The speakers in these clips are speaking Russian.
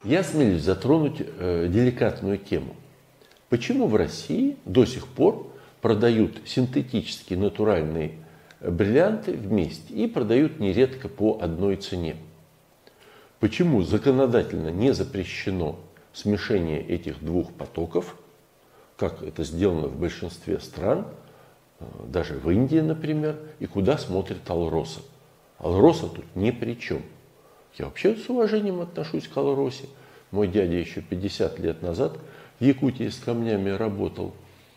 Я осмелюсь затронуть деликатную тему. Почему в России до сих пор продают синтетические натуральные бриллианты вместе и продают нередко по одной цене? Почему законодательно не запрещено смешение этих двух потоков, как это сделано в большинстве стран, даже в Индии, например, и куда смотрит Алроса? Алроса тут ни при чем. Я вообще с уважением отношусь к Алросе. Мой дядя еще 50 лет назад в Якутии с камнями работал.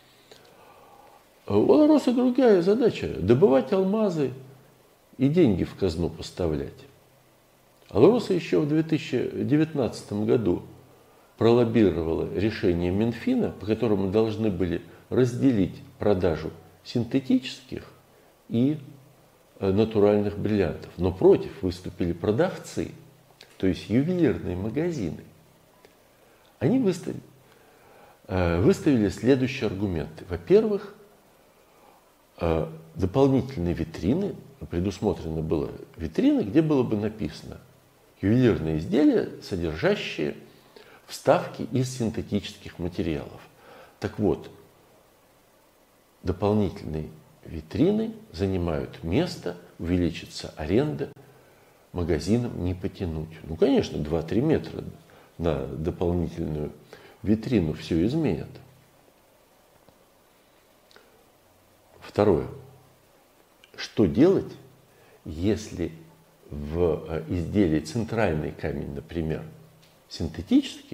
У Алроса другая задача – добывать алмазы и деньги в казну поставлять. Алроса еще в 2019 году пролоббировала решение Минфина, по которому должны были разделить продажу синтетических и натуральных бриллиантов. Но против выступили продавцы, то есть ювелирные магазины. Они выставили следующие аргументы. Во-первых, дополнительные витрины, предусмотрено было витрины, где было бы написано ювелирные изделия, содержащие вставки из синтетических материалов. Так вот, дополнительные витрины занимают место, увеличится аренда, магазинам не потянуть. Ну, конечно, 2-3 метра на дополнительную витрину все изменят. Второе. Что делать, если в изделии центральный камень, например, синтетический,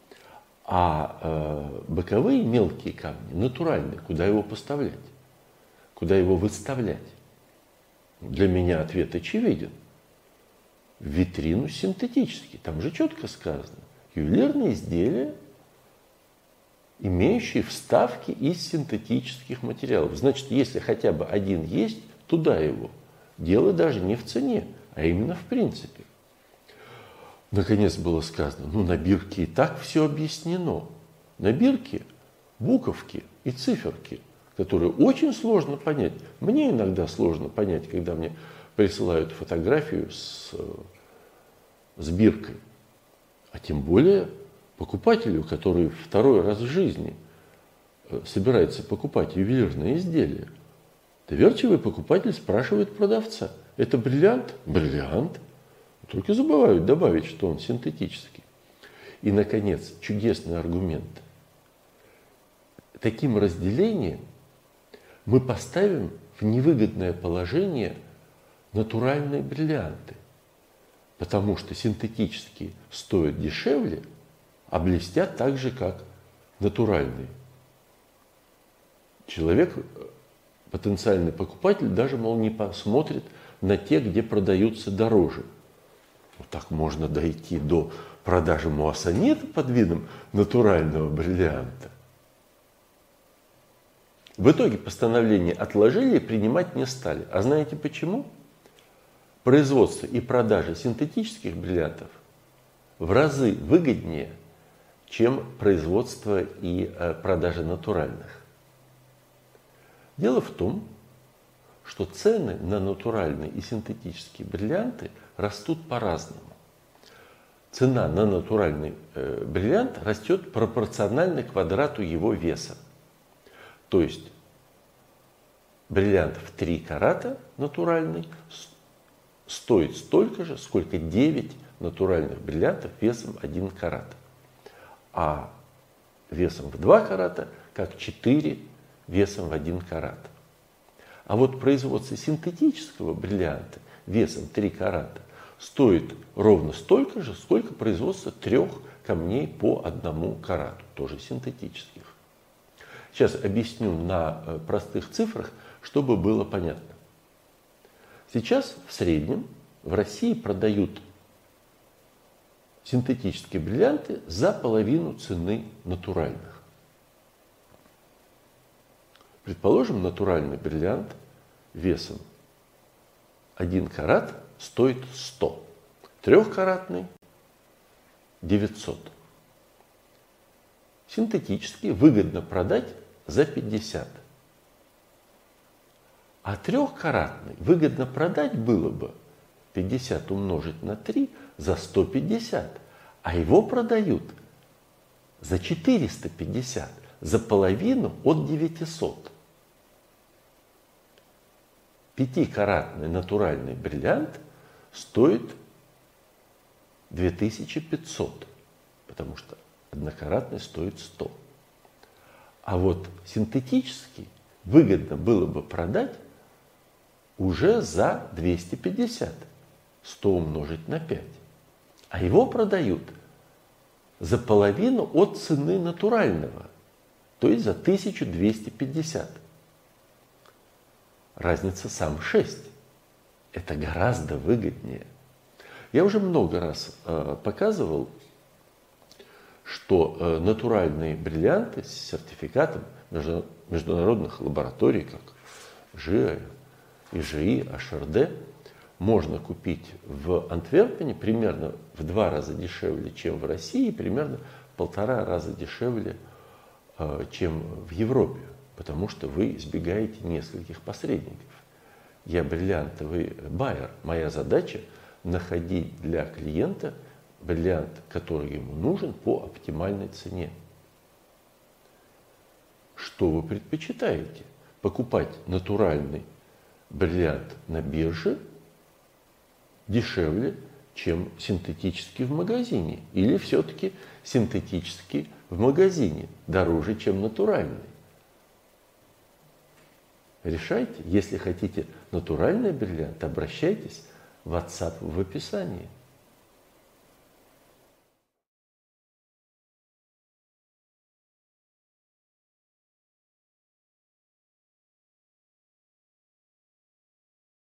а боковые мелкие камни натуральные? Куда его поставлять? Куда его выставлять? Для меня ответ очевиден. В витрину синтетический. Там же четко сказано. Ювелирные изделия, имеющие вставки из синтетических материалов. Значит, если хотя бы один есть, туда его. Дело даже не в цене, а именно в принципе. Наконец было сказано, на бирке и так все объяснено. На бирке буковки и циферки, которые очень сложно понять. Мне иногда сложно понять, когда мне присылают фотографию с биркой. А тем более покупателю, который второй раз в жизни собирается покупать ювелирное изделие. Доверчивый покупатель спрашивает продавца: это бриллиант? Бриллиант. Только забывают добавить, что он синтетический. И, наконец, чудесный аргумент. Таким разделением мы поставим в невыгодное положение натуральные бриллианты. Потому что синтетические стоят дешевле, а блестят так же, как натуральные. Человек, потенциальный покупатель, даже, не посмотрит на те, где продаются дороже. Вот так можно дойти до продажи муассанета под видом натурального бриллианта. В итоге постановление отложили и принимать не стали. А знаете почему? Производство и продажа синтетических бриллиантов в разы выгоднее, чем производство и продажа натуральных. Дело в том, что цены на натуральные и синтетические бриллианты растут по-разному. Цена на натуральный бриллиант растет пропорционально квадрату его веса. То есть бриллиант в 3 карата натуральный стоит столько же, сколько 9 натуральных бриллиантов весом 1 карат. А весом в 2 карата, как 4 весом в 1 карат. А вот производство синтетического бриллианта весом 3 карата стоит ровно столько же, сколько производство 3 камней по 1 карату, тоже синтетических. Сейчас объясню на простых цифрах, чтобы было понятно. Сейчас в среднем в России продают синтетические бриллианты за половину цены натуральных. Предположим, натуральный бриллиант весом 1 карат стоит 100, 3-каратный 900. Синтетический выгодно продать за 50. А 3-каратный выгодно продать было бы 50 умножить на 3 за 150. А его продают за 450, за половину от 900. 5-каратный натуральный бриллиант стоит 2500, потому что однокаратный стоит 100. А вот синтетический выгодно было бы продать уже за 250, 100 умножить на 5. А его продают за половину от цены натурального, то есть за 1250. Разница сам 6. Это гораздо выгоднее. Я уже много раз показывал, что натуральные бриллианты с сертификатом международных лабораторий, как ЖИА, ИЖИ, HRD, можно купить в Антверпене примерно в 2 раза дешевле, чем в России, и примерно в 1,5 раза дешевле, чем в Европе, потому что вы избегаете нескольких посредников. Я бриллиантовый байер. Моя задача находить для клиента бриллиант, который ему нужен по оптимальной цене. Что вы предпочитаете? Покупать натуральный бриллиант на бирже дешевле, чем синтетический в магазине? Или все-таки синтетический в магазине дороже, чем натуральный? Решайте. Если хотите натуральный бриллиант, обращайтесь в WhatsApp в описании.